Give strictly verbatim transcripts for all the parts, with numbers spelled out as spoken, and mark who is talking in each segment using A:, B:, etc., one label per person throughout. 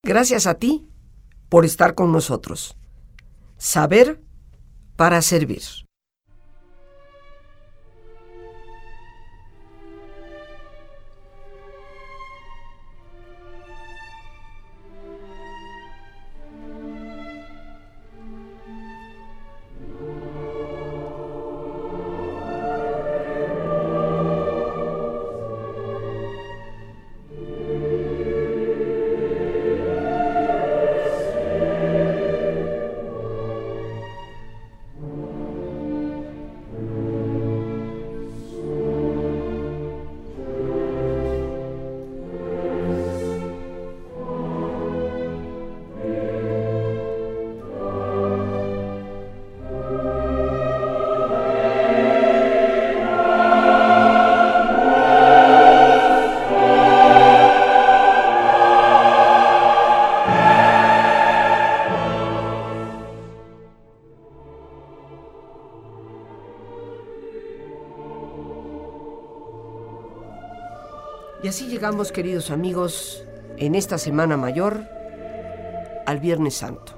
A: Gracias a ti por estar con nosotros. Saber para servir. Y así llegamos, queridos amigos, en esta Semana Mayor, al Viernes Santo.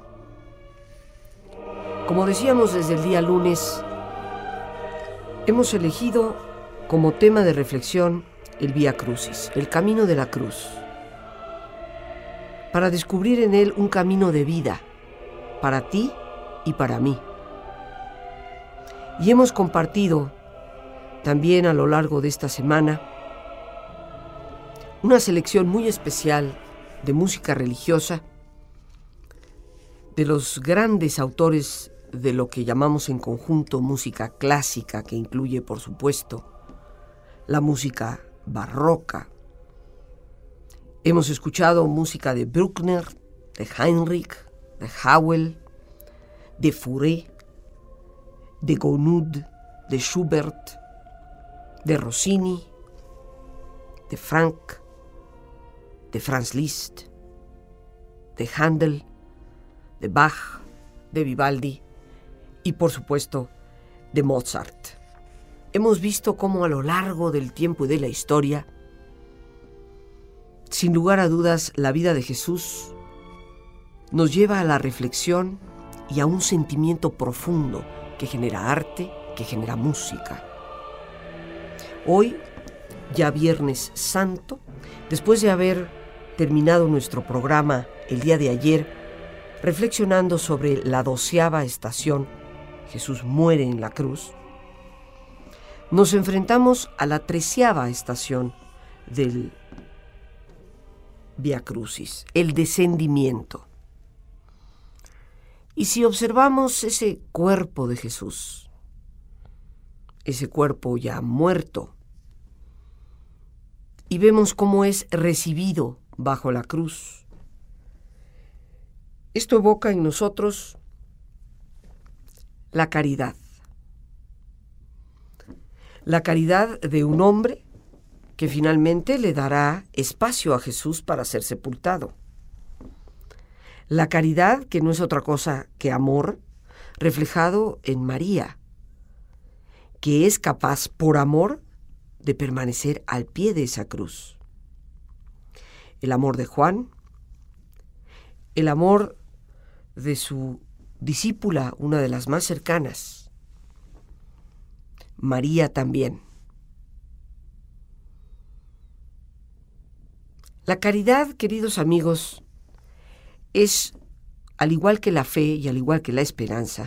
A: Como decíamos desde el día lunes, hemos elegido como tema de reflexión el Vía Crucis, el camino de la cruz, para descubrir en él un camino de vida, para ti y para mí. Y hemos compartido también a lo largo de esta semana una selección muy especial de música religiosa, de los grandes autores de lo que llamamos en conjunto música clásica, que incluye, por supuesto, la música barroca. Hemos escuchado música de Bruckner, de Heinrich, de Howell, de Fauré, de Gounod, de Schubert, de Rossini, de Franck, de Franz Liszt, de Händel, de Bach, de Vivaldi y, por supuesto, de Mozart. Hemos visto cómo a lo largo del tiempo y de la historia, sin lugar a dudas, la vida de Jesús nos lleva a la reflexión y a un sentimiento profundo que genera arte, que genera música. Hoy, ya Viernes Santo, después de haber terminado nuestro programa el día de ayer, reflexionando sobre la doceava estación, Jesús muere en la cruz, nos enfrentamos a la treceava estación del Vía Crucis, el descendimiento. Y si observamos ese cuerpo de Jesús, ese cuerpo ya muerto, y vemos cómo es recibido bajo la cruz, esto evoca en nosotros la caridad. La caridad de un hombre que finalmente le dará espacio a Jesús para ser sepultado. La caridad que no es otra cosa que amor reflejado en María, que es capaz por amor de permanecer al pie de esa cruz. El amor de Juan, el amor de su discípula, una de las más cercanas, María también. La caridad, queridos amigos, es, al igual que la fe y al igual que la esperanza,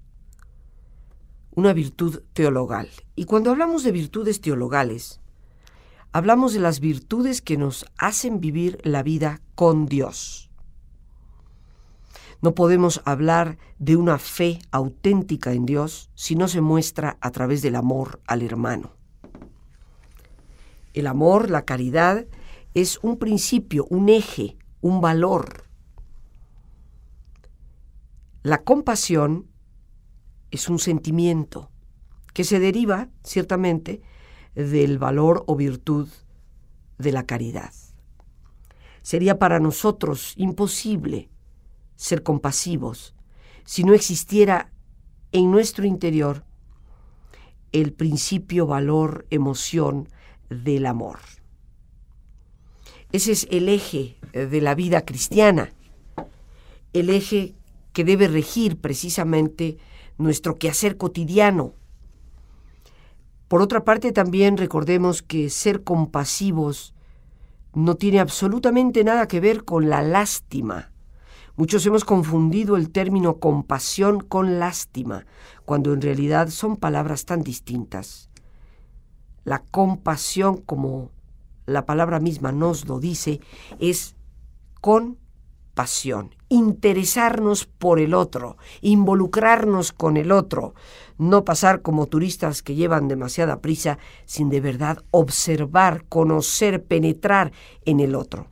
A: una virtud teologal. Y cuando hablamos de virtudes teologales, hablamos de las virtudes que nos hacen vivir la vida con Dios. No podemos hablar de una fe auténtica en Dios si no se muestra a través del amor al hermano. El amor, la caridad, es un principio, un eje, un valor. La compasión es un sentimiento que se deriva, ciertamente, del valor o virtud de la caridad. Sería para nosotros imposible ser compasivos si no existiera en nuestro interior el principio, valor, emoción del amor. Ese es el eje de la vida cristiana, el eje que debe regir precisamente nuestro quehacer cotidiano. Por otra parte, también recordemos que ser compasivos no tiene absolutamente nada que ver con la lástima. Muchos hemos confundido el término compasión con lástima, cuando en realidad son palabras tan distintas. La compasión, como la palabra misma nos lo dice, es con pasión, interesarnos por el otro, involucrarnos con el otro, no pasar como turistas que llevan demasiada prisa sin de verdad observar, conocer, penetrar en el otro.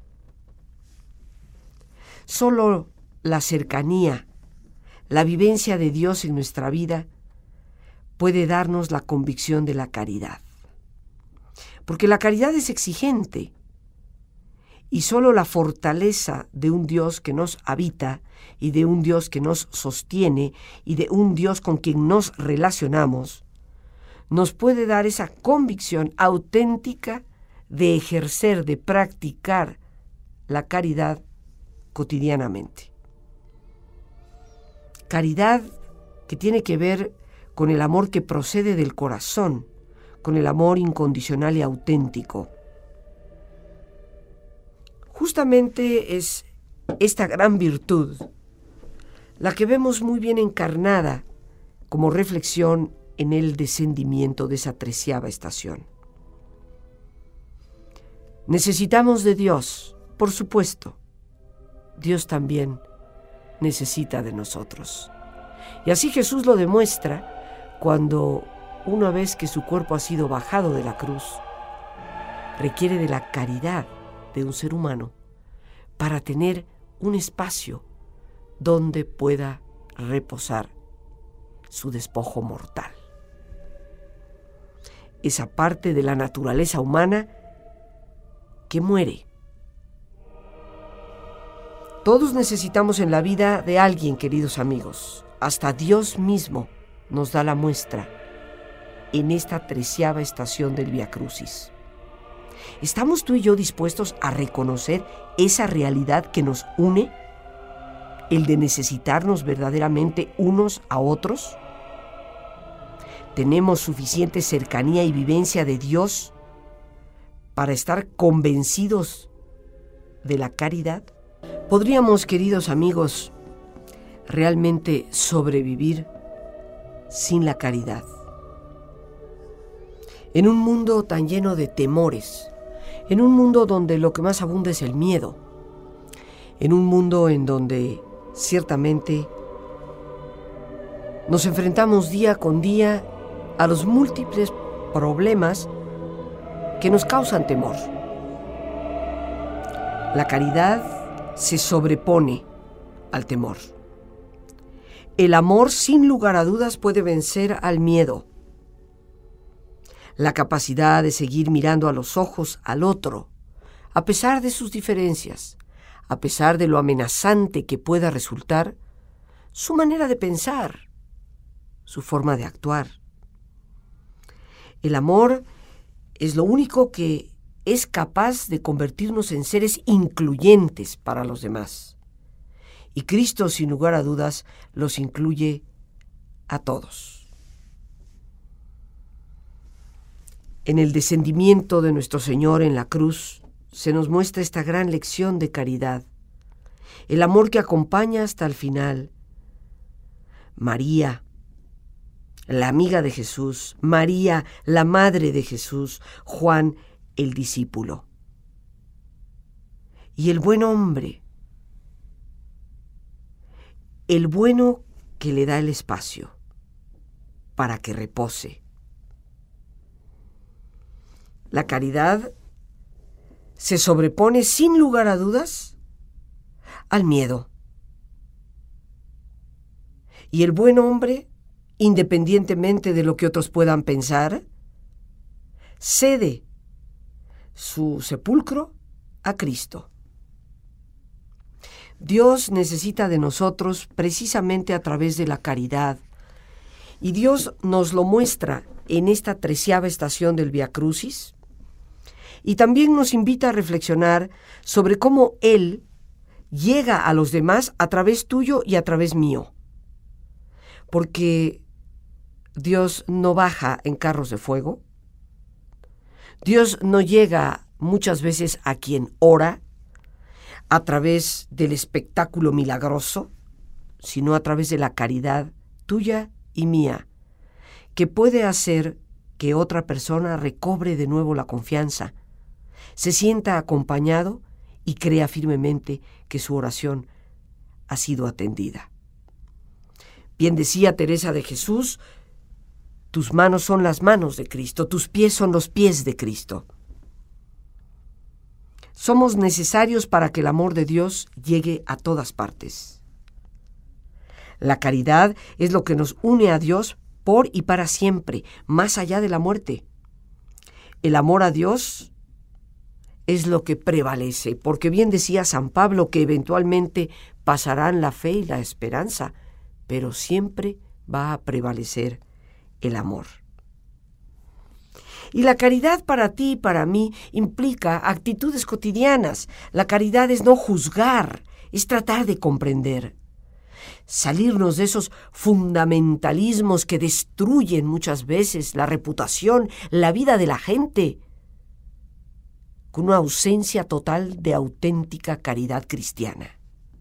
A: Solo la cercanía, la vivencia de Dios en nuestra vida puede darnos la convicción de la caridad. Porque la caridad es exigente y solo la fortaleza de un Dios que nos habita y de un Dios que nos sostiene y de un Dios con quien nos relacionamos nos puede dar esa convicción auténtica de ejercer, de practicar la caridad cotidianamente. Caridad que tiene que ver con el amor que procede del corazón, con el amor incondicional y auténtico. Justamente es esta gran virtud la que vemos muy bien encarnada como reflexión en el descendimiento de esa treceava estación. Necesitamos de Dios, por supuesto. Dios también necesita de nosotros. Y así Jesús lo demuestra cuando, una vez que su cuerpo ha sido bajado de la cruz, requiere de la caridad de un ser humano para tener un espacio donde pueda reposar su despojo mortal. Esa parte de la naturaleza humana que muere. Todos necesitamos en la vida de alguien, queridos amigos. Hasta Dios mismo nos da la muestra en esta treceava estación del Vía Crucis. ¿Estamos tú y yo dispuestos a reconocer esa realidad que nos une? ¿El de necesitarnos verdaderamente unos a otros? ¿Tenemos suficiente cercanía y vivencia de Dios para estar convencidos de la caridad? ¿Podríamos, queridos amigos, realmente sobrevivir sin la caridad? En un mundo tan lleno de temores, en un mundo donde lo que más abunda es el miedo, en un mundo en donde ciertamente nos enfrentamos día con día a los múltiples problemas que nos causan temor. La caridad se sobrepone al temor. El amor, sin lugar a dudas, puede vencer al miedo. La capacidad de seguir mirando a los ojos al otro, a pesar de sus diferencias, a pesar de lo amenazante que pueda resultar su manera de pensar, su forma de actuar. El amor es lo único que es capaz de convertirnos en seres incluyentes para los demás. Y Cristo, sin lugar a dudas, los incluye a todos. En el descendimiento de nuestro Señor en la cruz se nos muestra esta gran lección de caridad, el amor que acompaña hasta el final. María, la amiga de Jesús, María, la madre de Jesús, Juan, el discípulo. Y el buen hombre, el bueno que le da el espacio para que repose. La caridad se sobrepone sin lugar a dudas al miedo. Y el buen hombre, independientemente de lo que otros puedan pensar, cede su sepulcro a Cristo. Dios necesita de nosotros precisamente a través de la caridad, y Dios nos lo muestra en esta treceava estación del Vía Crucis, Y también nos invita a reflexionar sobre cómo Él llega a los demás a través tuyo y a través mío. Porque Dios no baja en carros de fuego. Dios no llega muchas veces a quien ora a través del espectáculo milagroso, sino a través de la caridad tuya y mía, que puede hacer que otra persona recobre de nuevo la confianza, se sienta acompañado y crea firmemente que su oración ha sido atendida. Bien decía Teresa de Jesús, tus manos son las manos de Cristo, tus pies son los pies de Cristo. Somos necesarios para que el amor de Dios llegue a todas partes. La caridad es lo que nos une a Dios por y para siempre, más allá de la muerte. El amor a Dios es lo que prevalece, porque bien decía San Pablo que eventualmente pasarán la fe y la esperanza, pero siempre va a prevalecer el amor. Y la caridad para ti y para mí implica actitudes cotidianas. La caridad es no juzgar, es tratar de comprender. Salirnos de esos fundamentalismos que destruyen muchas veces la reputación, la vida de la gente, con una ausencia total de auténtica caridad cristiana.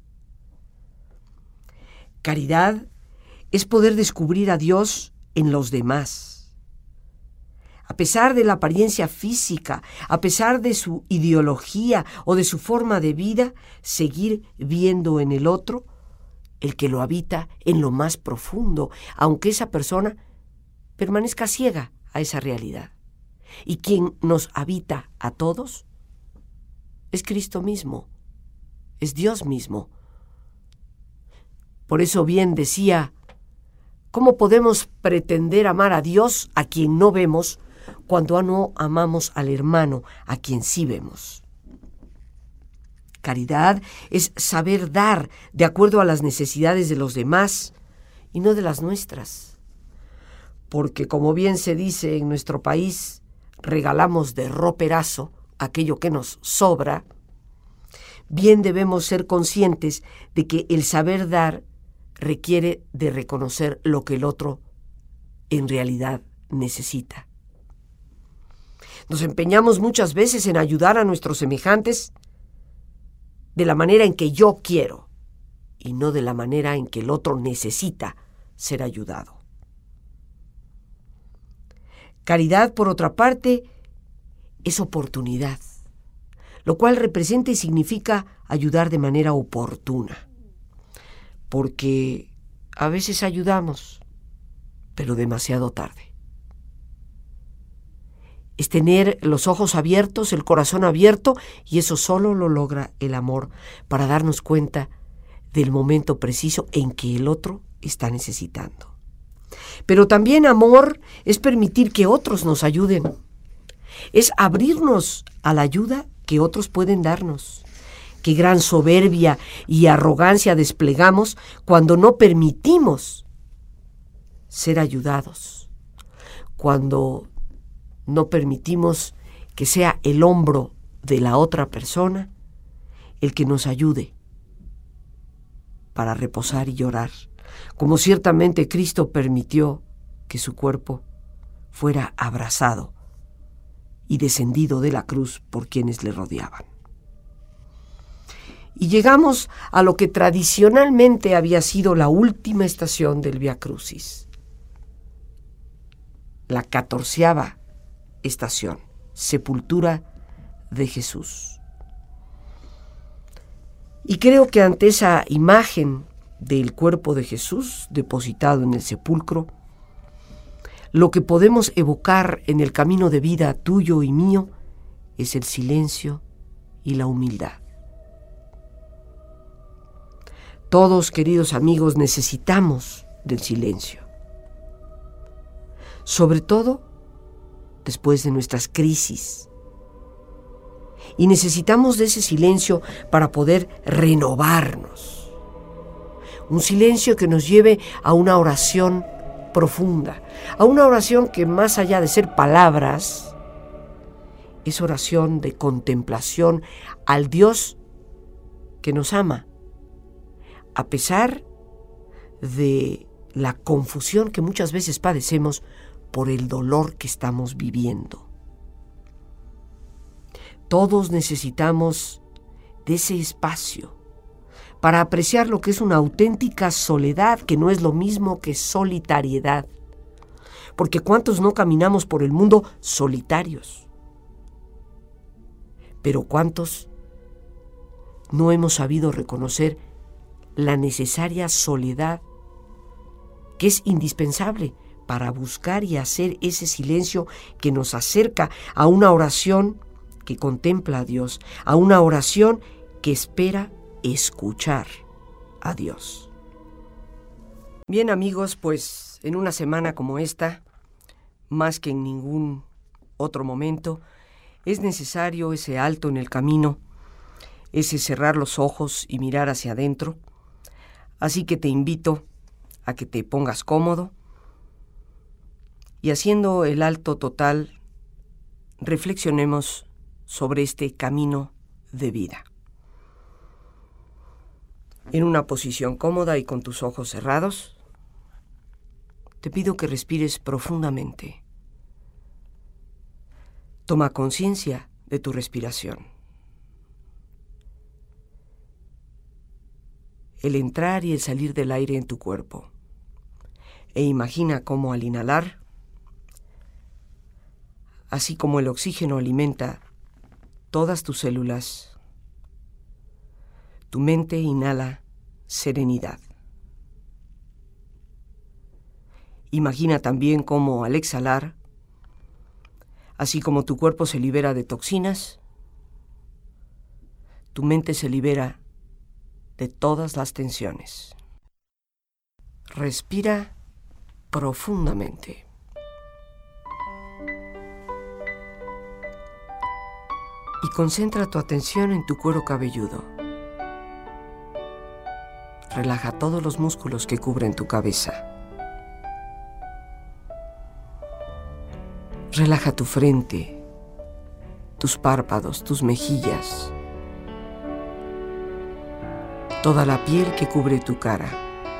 A: Caridad es poder descubrir a Dios en los demás. A pesar de la apariencia física, a pesar de su ideología o de su forma de vida, seguir viendo en el otro el que lo habita en lo más profundo, aunque esa persona permanezca ciega a esa realidad. Y quien nos habita a todos es Cristo mismo, es Dios mismo. Por eso bien decía, ¿cómo podemos pretender amar a Dios a quien no vemos cuando no amamos al hermano a quien sí vemos? Caridad es saber dar de acuerdo a las necesidades de los demás y no de las nuestras. Porque como bien se dice en nuestro país, regalamos de roperazo aquello que nos sobra. Bien debemos ser conscientes de que el saber dar requiere de reconocer lo que el otro en realidad necesita. Nos empeñamos muchas veces en ayudar a nuestros semejantes de la manera en que yo quiero y no de la manera en que el otro necesita ser ayudado. Caridad, por otra parte, es oportunidad, lo cual representa y significa ayudar de manera oportuna, porque a veces ayudamos, pero demasiado tarde. Es tener los ojos abiertos, el corazón abierto, y eso solo lo logra el amor para darnos cuenta del momento preciso en que el otro está necesitando. Pero también amor es permitir que otros nos ayuden. Es abrirnos a la ayuda que otros pueden darnos. Qué gran soberbia y arrogancia desplegamos cuando no permitimos ser ayudados, cuando no permitimos que sea el hombro de la otra persona el que nos ayude para reposar y llorar, como ciertamente Cristo permitió que su cuerpo fuera abrazado y descendido de la cruz por quienes le rodeaban. Y llegamos a lo que tradicionalmente había sido la última estación del Vía Crucis, la catorceava estación, sepultura de Jesús. Y creo que ante esa imagen del cuerpo de Jesús depositado en el sepulcro, lo que podemos evocar en el camino de vida tuyo y mío es el silencio y la humildad. Todos, queridos amigos, necesitamos del silencio, sobre todo después de nuestras crisis. Y necesitamos de ese silencio para poder renovarnos. Un silencio que nos lleve a una oración profunda, a una oración que más allá de ser palabras, es oración de contemplación al Dios que nos ama, a pesar de la confusión que muchas veces padecemos por el dolor que estamos viviendo. Todos necesitamos de ese espacio para apreciar lo que es una auténtica soledad, que no es lo mismo que solitariedad. Porque ¿cuántos no caminamos por el mundo solitarios? Pero ¿cuántos no hemos sabido reconocer la necesaria soledad que es indispensable para buscar y hacer ese silencio que nos acerca a una oración que contempla a Dios, a una oración que espera escuchar a Dios? Bien, amigos, pues en una semana como esta, más que en ningún otro momento, es necesario ese alto en el camino, ese cerrar los ojos y mirar hacia adentro. Así que te invito a que te pongas cómodo y, haciendo el alto total, reflexionemos sobre este camino de vida. En una posición cómoda y con tus ojos cerrados, te pido que respires profundamente. Toma conciencia de tu respiración. El entrar y el salir del aire en tu cuerpo. E imagina cómo al inhalar, así como el oxígeno alimenta todas tus células, tu mente inhala serenidad. Imagina también cómo al exhalar, así como tu cuerpo se libera de toxinas, tu mente se libera de todas las tensiones. Respira profundamente. Y concentra tu atención en tu cuero cabelludo. Relaja todos los músculos que cubren tu cabeza. Relaja tu frente, tus párpados, tus mejillas, toda la piel que cubre tu cara.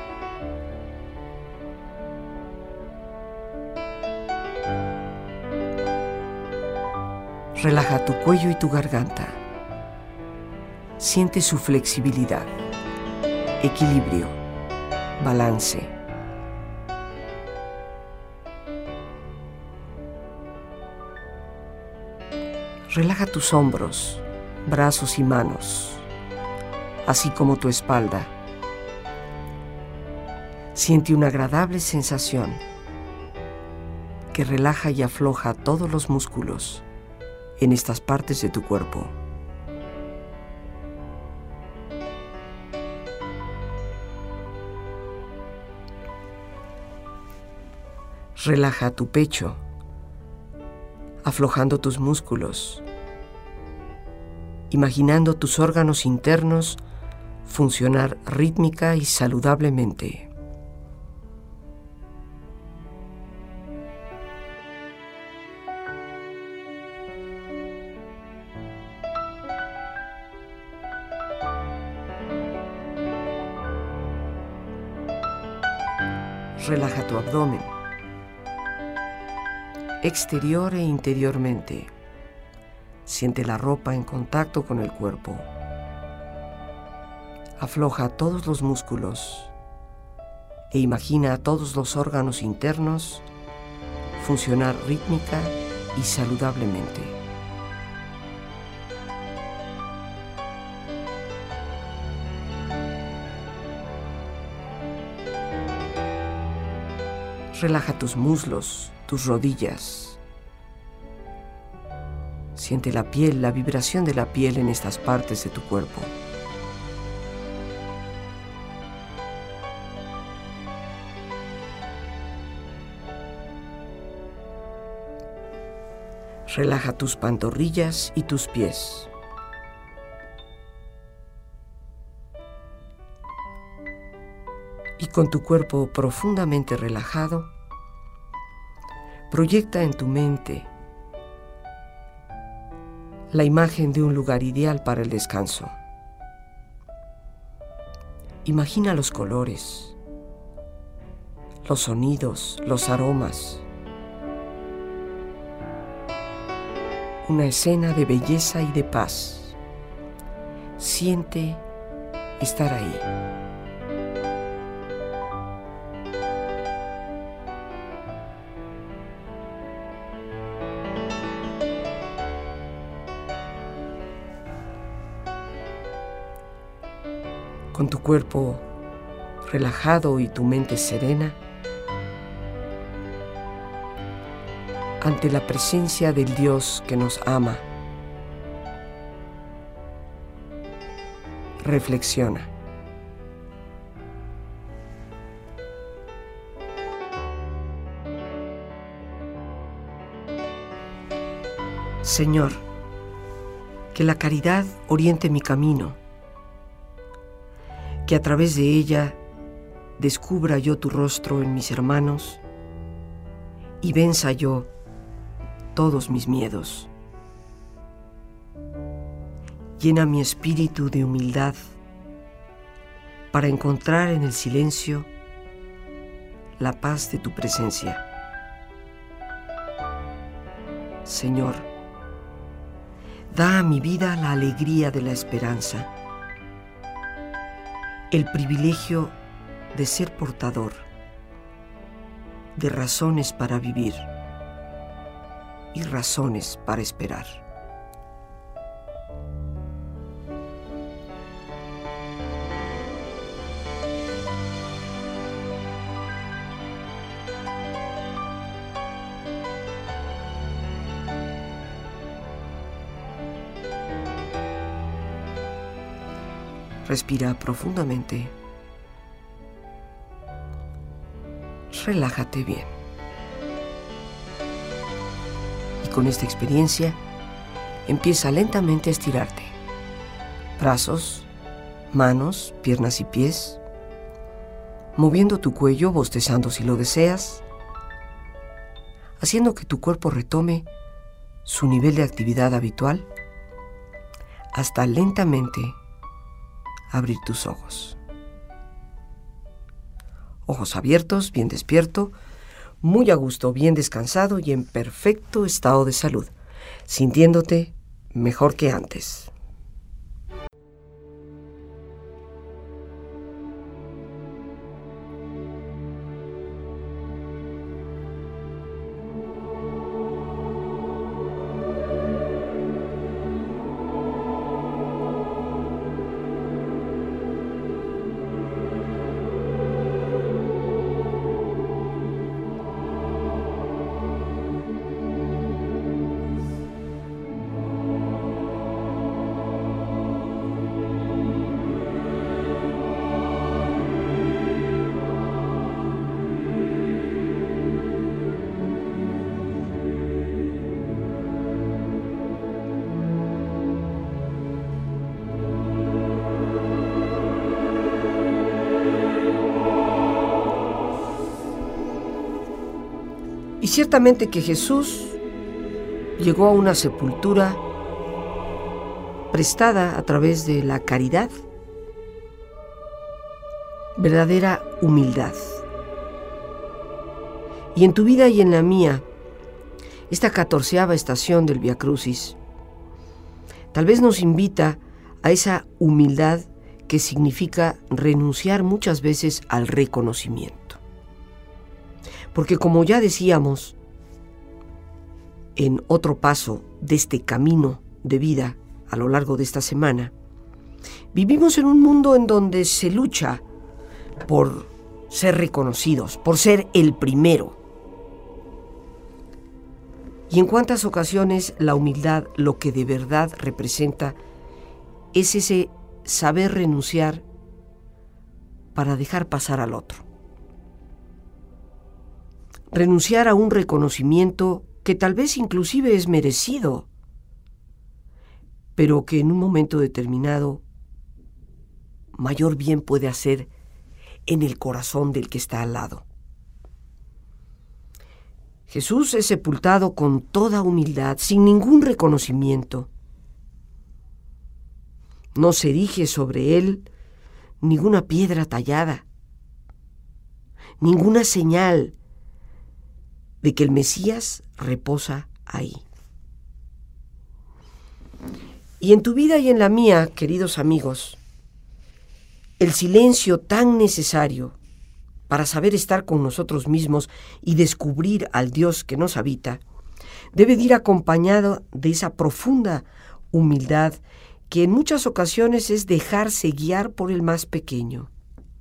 A: Relaja tu cuello y tu garganta. Siente su flexibilidad, equilibrio, balance. Relaja tus hombros, brazos y manos, así como tu espalda. Siente una agradable sensación que relaja y afloja todos los músculos en estas partes de tu cuerpo. Relaja tu pecho, aflojando tus músculos, imaginando tus órganos internos funcionar rítmica y saludablemente. Relaja tu abdomen, exterior e interiormente. Siente la ropa en contacto con el cuerpo. Afloja todos los músculos e imagina a todos los órganos internos funcionar rítmica y saludablemente. Relaja tus muslos, tus rodillas. Siente la piel, la vibración de la piel en estas partes de tu cuerpo. Relaja tus pantorrillas y tus pies. Y con tu cuerpo profundamente relajado, proyecta en tu mente la imagen de un lugar ideal para el descanso. Imagina los colores, los sonidos, los aromas. Una escena de belleza y de paz. Siente estar ahí. Con tu cuerpo relajado y tu mente serena, ante la presencia del Dios que nos ama, reflexiona. Señor, que la caridad oriente mi camino, que a través de ella descubra yo tu rostro en mis hermanos y venza yo todos mis miedos. Llena mi espíritu de humildad para encontrar en el silencio la paz de tu presencia. Señor, da a mi vida la alegría de la esperanza, el privilegio de ser portador de razones para vivir y razones para esperar. Respira profundamente. Relájate bien. Y con esta experiencia, empieza lentamente a estirarte. Brazos, manos, piernas y pies, moviendo tu cuello, bostezando si lo deseas, haciendo que tu cuerpo retome su nivel de actividad habitual, hasta lentamente abrir tus ojos. Ojos abiertos, bien despierto, muy a gusto, bien descansado y en perfecto estado de salud, sintiéndote mejor que antes. Y ciertamente que Jesús llegó a una sepultura prestada a través de la caridad, verdadera humildad. Y en tu vida y en la mía, esta catorceava estación del Vía Crucis, tal vez nos invita a esa humildad que significa renunciar muchas veces al reconocimiento. Porque como ya decíamos, en otro paso de este camino de vida a lo largo de esta semana, vivimos en un mundo en donde se lucha por ser reconocidos, por ser el primero. Y en cuántas ocasiones la humildad lo que de verdad representa es ese saber renunciar para dejar pasar al otro. Renunciar a un reconocimiento que tal vez inclusive es merecido, pero que en un momento determinado mayor bien puede hacer en el corazón del que está al lado. Jesús es sepultado con toda humildad, sin ningún reconocimiento, No se erige sobre él ninguna piedra tallada, ninguna señal de que el Mesías reposa ahí. Y en tu vida y en la mía, queridos amigos, el silencio tan necesario para saber estar con nosotros mismos y descubrir al Dios que nos habita, debe de ir acompañado de esa profunda humildad que en muchas ocasiones es dejarse guiar por el más pequeño.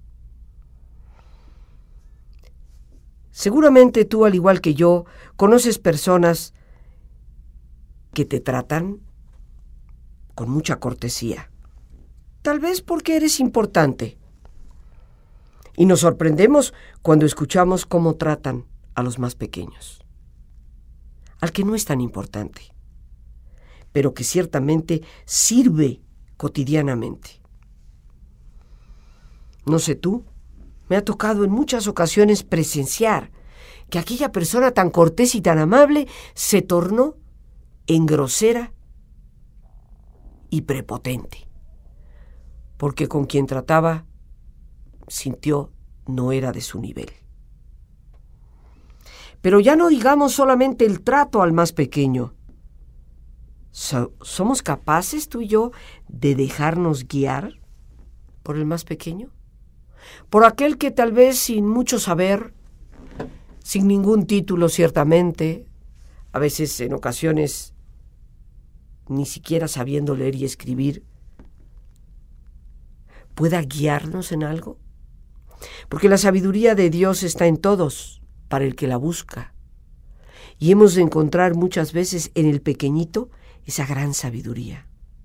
A: Seguramente tú, al igual que yo, conoces personas que te tratan con mucha cortesía, tal vez porque eres importante. Y nos sorprendemos cuando escuchamos cómo tratan a los más pequeños, al que no es tan importante, pero que ciertamente sirve cotidianamente. No sé tú, me ha tocado en muchas ocasiones presenciar que aquella persona tan cortés y tan amable se tornó en grosera y prepotente, porque con quien trataba sintió no era de su nivel. Pero ya no digamos solamente el trato al más pequeño. So- ¿Somos capaces tú y yo de dejarnos guiar por el más pequeño? Por aquel que tal vez sin mucho saber, sin ningún título ciertamente, a veces en ocasiones ni siquiera sabiendo leer y escribir, pueda guiarnos en algo. Porque la sabiduría de Dios está en todos, para el que la busca. Y hemos de encontrar muchas veces en el pequeñito esa gran sabiduría.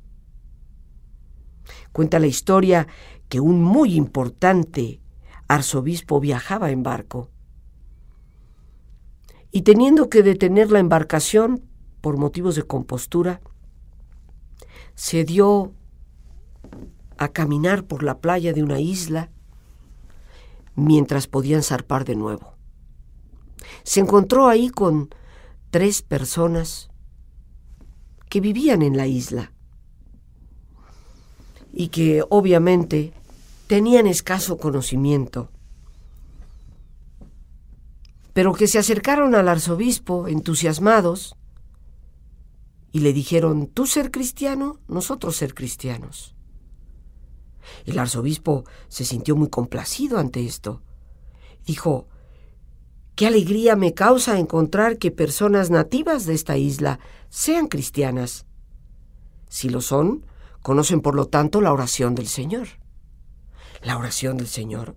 A: Cuenta la historia que un muy importante arzobispo viajaba en barco y teniendo que detener la embarcación por motivos de compostura, se dio a caminar por la playa de una isla mientras podían zarpar de nuevo. Se encontró ahí con tres personas que vivían en la isla y que obviamente tenían escaso conocimiento, pero que se acercaron al arzobispo entusiasmados y le dijeron: tú ser cristiano, nosotros ser cristianos. El arzobispo se sintió muy complacido ante esto. Dijo: qué alegría me causa encontrar que personas nativas de esta isla sean cristianas. Si lo son, conocen por lo tanto la oración del Señor. ¿La oración del Señor?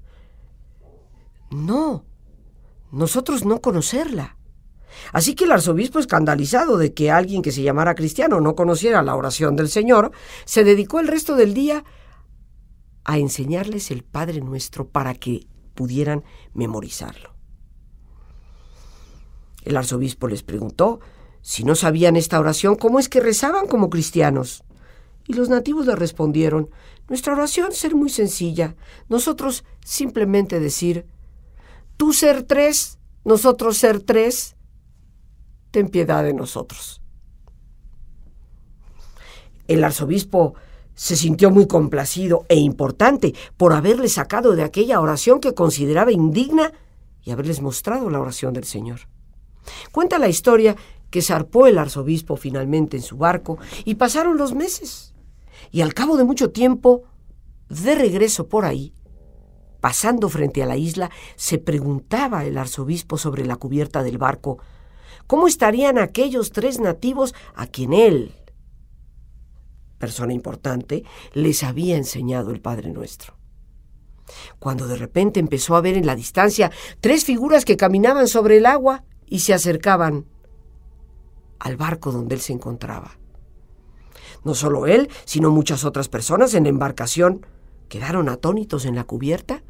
A: No, nosotros no conocerla. Así que el arzobispo, escandalizado de que alguien que se llamara cristiano no conociera la oración del Señor, se dedicó el resto del día a enseñarles el Padre Nuestro para que pudieran memorizarlo. El arzobispo les preguntó si no sabían esta oración, ¿cómo es que rezaban como cristianos? Y los nativos le respondieron: nuestra oración ser muy sencilla, nosotros simplemente decir: tú ser tres, nosotros ser tres, ten piedad de nosotros. El arzobispo se sintió muy complacido e importante por haberles sacado de aquella oración que consideraba indigna y haberles mostrado la oración del Señor. Cuenta la historia que zarpó el arzobispo finalmente en su barco y pasaron los meses. Y al cabo de mucho tiempo, de regreso por ahí, pasando frente a la isla, se preguntaba el arzobispo sobre la cubierta del barco cómo estarían aquellos tres nativos a quien él, persona importante, les había enseñado el Padre Nuestro. Cuando de repente empezó a ver en la distancia tres figuras que caminaban sobre el agua y se acercaban al barco donde él se encontraba. No solo él, sino muchas otras personas en la embarcación quedaron atónitos en la cubierta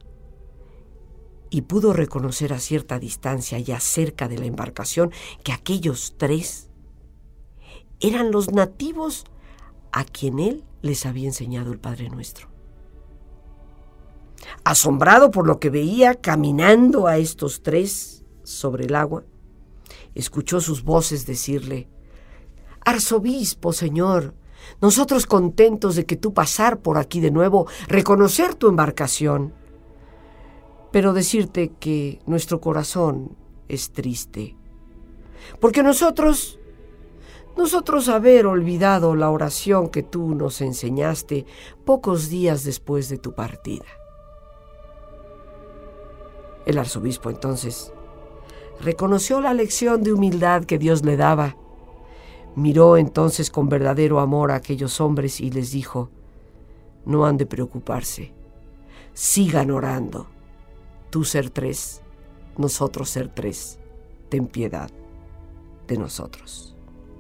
A: y pudo reconocer a cierta distancia, ya cerca de la embarcación, que aquellos tres eran los nativos a quien él les había enseñado el Padre Nuestro. Asombrado por lo que veía caminando a estos tres sobre el agua, escuchó sus voces decirle: arzobispo, señor, nosotros contentos de que tú pasar por aquí de nuevo, reconocer tu embarcación, pero decirte que nuestro corazón es triste, porque nosotros, nosotros haber olvidado la oración que tú nos enseñaste pocos días después de tu partida. El arzobispo entonces reconoció la lección de humildad que Dios le daba. Miró entonces con verdadero amor a aquellos hombres y les dijo: no han de preocuparse, sigan orando. Tú ser tres, nosotros ser tres, ten piedad de nosotros.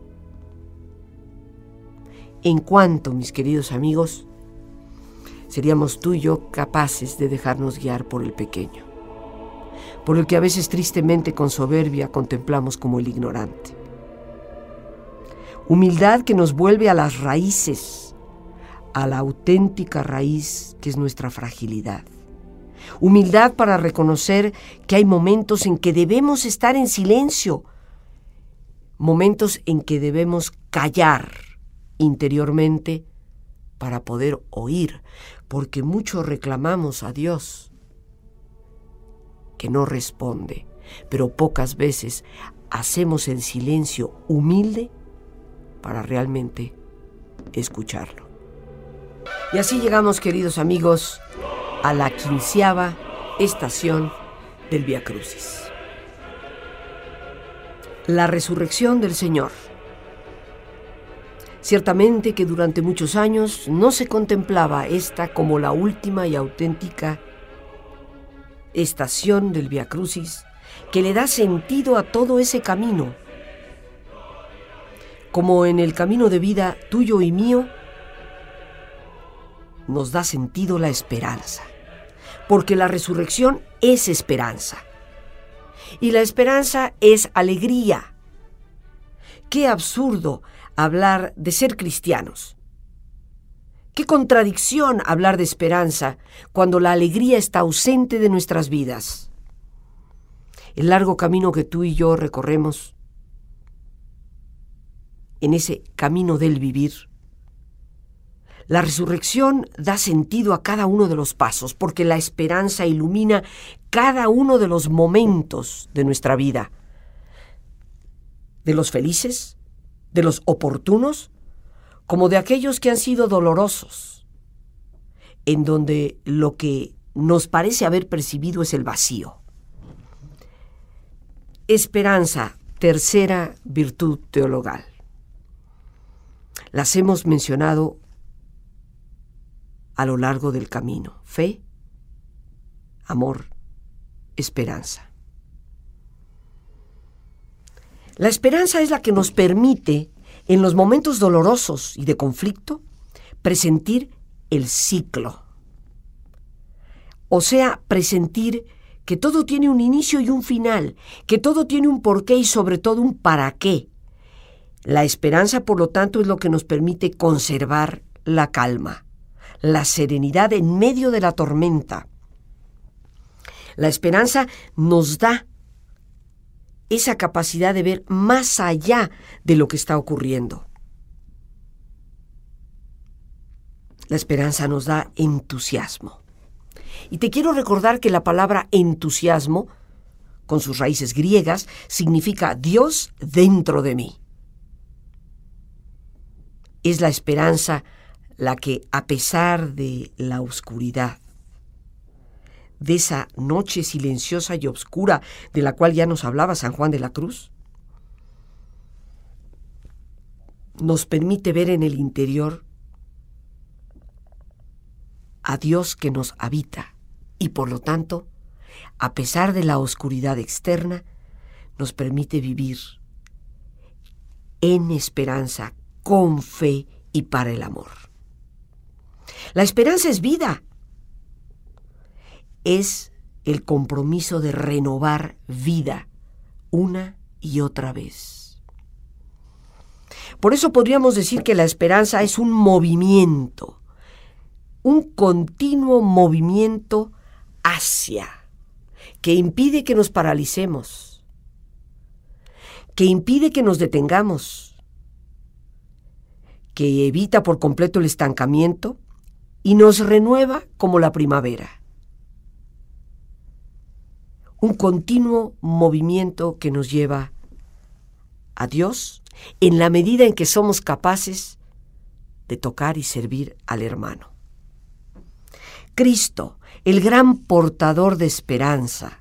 A: En cuanto, mis queridos amigos, seríamos tú y yo capaces de dejarnos guiar por el pequeño, por el que a veces tristemente con soberbia contemplamos como el ignorante. Humildad que nos vuelve a las raíces, a la auténtica raíz que es nuestra fragilidad. Humildad para reconocer que hay momentos en que debemos estar en silencio, momentos en que debemos callar interiormente para poder oír, porque mucho reclamamos a Dios que no responde, pero pocas veces hacemos el silencio humilde para realmente escucharlo. Y así llegamos, queridos amigos, a la quinceava estación del Vía Crucis. La resurrección del Señor. Ciertamente que durante muchos años no se contemplaba esta como la última y auténtica estación del Vía Crucis que le da sentido a todo ese camino. Como en el camino de vida tuyo y mío, nos da sentido la esperanza, porque la resurrección es esperanza. Y la esperanza es alegría. Qué absurdo hablar de ser cristianos. Qué contradicción hablar de esperanza cuando la alegría está ausente de nuestras vidas. El largo camino que tú y yo recorremos, en ese camino del vivir, la resurrección da sentido a cada uno de los pasos, porque la esperanza ilumina cada uno de los momentos de nuestra vida, de los felices, de los oportunos, como de aquellos que han sido dolorosos, en donde lo que nos parece haber percibido es el vacío. Esperanza, tercera virtud teologal. Las hemos mencionado a lo largo del camino: fe, amor, esperanza. La esperanza es la que nos permite, en los momentos dolorosos y de conflicto, presentir el ciclo. O sea, presentir que todo tiene un inicio y un final, que todo tiene un porqué y sobre todo un para qué. La esperanza, por lo tanto, es lo que nos permite conservar la calma, la serenidad en medio de la tormenta. La esperanza nos da esa capacidad de ver más allá de lo que está ocurriendo. La esperanza nos da entusiasmo. Y te quiero recordar que la palabra entusiasmo, con sus raíces griegas, significa Dios dentro de mí. Es la esperanza la que, a pesar de la oscuridad, de esa noche silenciosa y oscura de la cual ya nos hablaba San Juan de la Cruz, nos permite ver en el interior a Dios que nos habita y, por lo tanto, a pesar de la oscuridad externa, nos permite vivir en esperanza, con fe y para el amor. La esperanza es vida. Es el compromiso de renovar vida una y otra vez. Por eso podríamos decir que la esperanza es un movimiento, un continuo movimiento hacia, que impide que nos paralicemos, que impide que nos detengamos, que evita por completo el estancamiento y nos renueva como la primavera. Un continuo movimiento que nos lleva a Dios en la medida en que somos capaces de tocar y servir al hermano. Cristo, el gran portador de esperanza.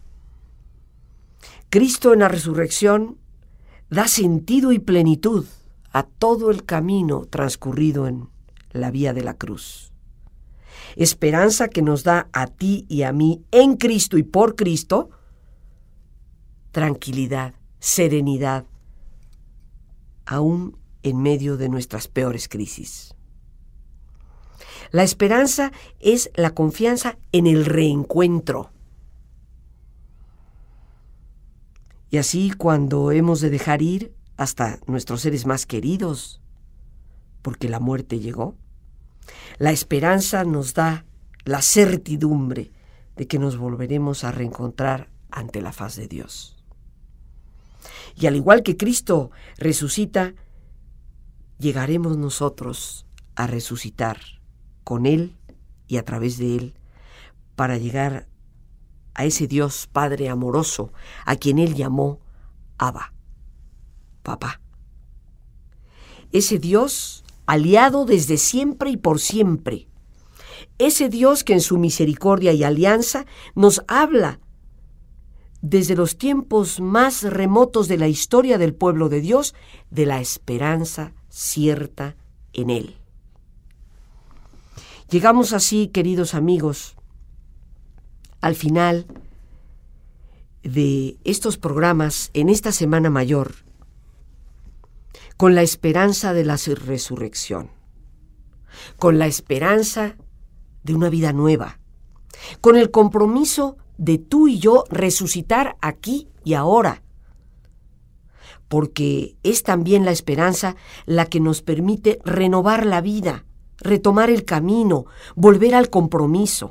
A: Cristo en la resurrección da sentido y plenitud a todo el camino transcurrido en la vía de la cruz. Esperanza que nos da a ti y a mí en Cristo y por Cristo tranquilidad, serenidad, aún en medio de nuestras peores crisis. La esperanza es la confianza en el reencuentro. Y así, cuando hemos de dejar ir hasta nuestros seres más queridos, porque la muerte llegó, la esperanza nos da la certidumbre de que nos volveremos a reencontrar ante la faz de Dios. Y al igual que Cristo resucita, llegaremos nosotros a resucitar con Él y a través de Él para llegar a ese Dios Padre amoroso a quien Él llamó Abba, Papá. Ese Dios aliado desde siempre y por siempre. Ese Dios que en su misericordia y alianza nos habla desde los tiempos más remotos de la historia del pueblo de Dios, de la esperanza cierta en Él. Llegamos así, queridos amigos, al final de estos programas en esta Semana Mayor, con la esperanza de la resurrección, con la esperanza de una vida nueva, con el compromiso de tú y yo resucitar aquí y ahora, porque es también la esperanza la que nos permite renovar la vida, retomar el camino, volver al compromiso.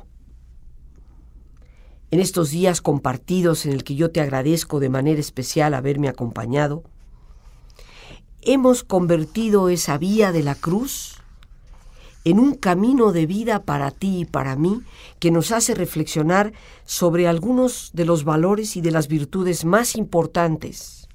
A: En estos días compartidos en el que yo te agradezco de manera especial haberme acompañado, hemos convertido esa vía de la cruz en un camino de vida para ti y para mí que nos hace reflexionar sobre algunos de los valores y de las virtudes más importantes.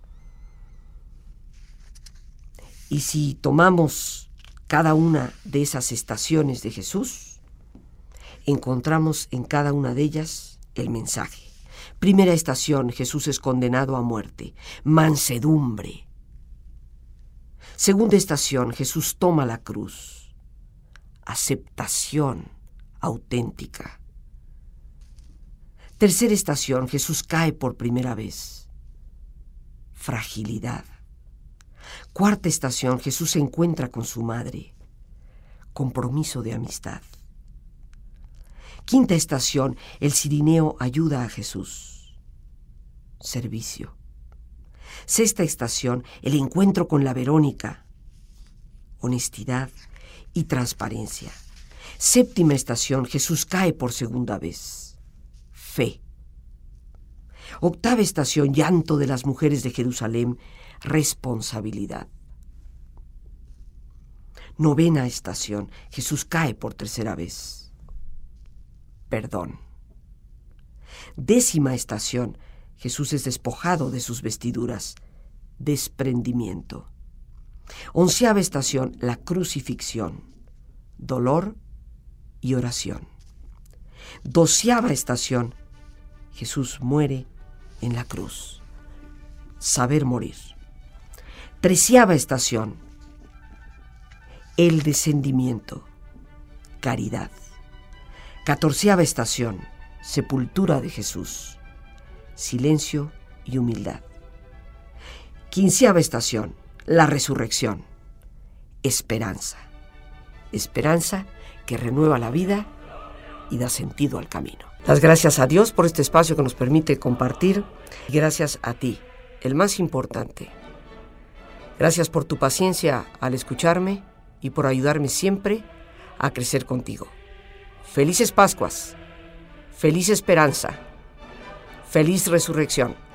A: Y si tomamos cada una de esas estaciones de Jesús, encontramos en cada una de ellas el mensaje. Primera estación, Jesús es condenado a muerte, mansedumbre. Segunda estación, Jesús toma la cruz, aceptación auténtica. Tercera estación, Jesús cae por primera vez, fragilidad. Cuarta estación, Jesús se encuentra con su madre, compromiso de amistad. Quinta estación, el cirineo ayuda a Jesús, servicio. Sexta estación, el encuentro con la Verónica, honestidad y transparencia. Séptima estación, Jesús cae por segunda vez, fe. Octava estación, llanto de las mujeres de Jerusalén, responsabilidad. Novena estación, Jesús cae por tercera vez, perdón. Décima estación, Jesús es despojado de sus vestiduras, desprendimiento. Onceava estación, la crucifixión, dolor y oración. Doceava estación, Jesús muere en la cruz, saber morir. Treceava estación, el descendimiento, caridad. Catorceava estación, sepultura de Jesús, silencio y humildad. Quinceava estación, la resurrección, esperanza. Esperanza que renueva la vida y da sentido al camino. Las gracias a Dios por este espacio que nos permite compartir. Y gracias a ti, el más importante. Gracias por tu paciencia al escucharme y por ayudarme siempre a crecer contigo. Felices Pascuas, feliz esperanza, feliz resurrección.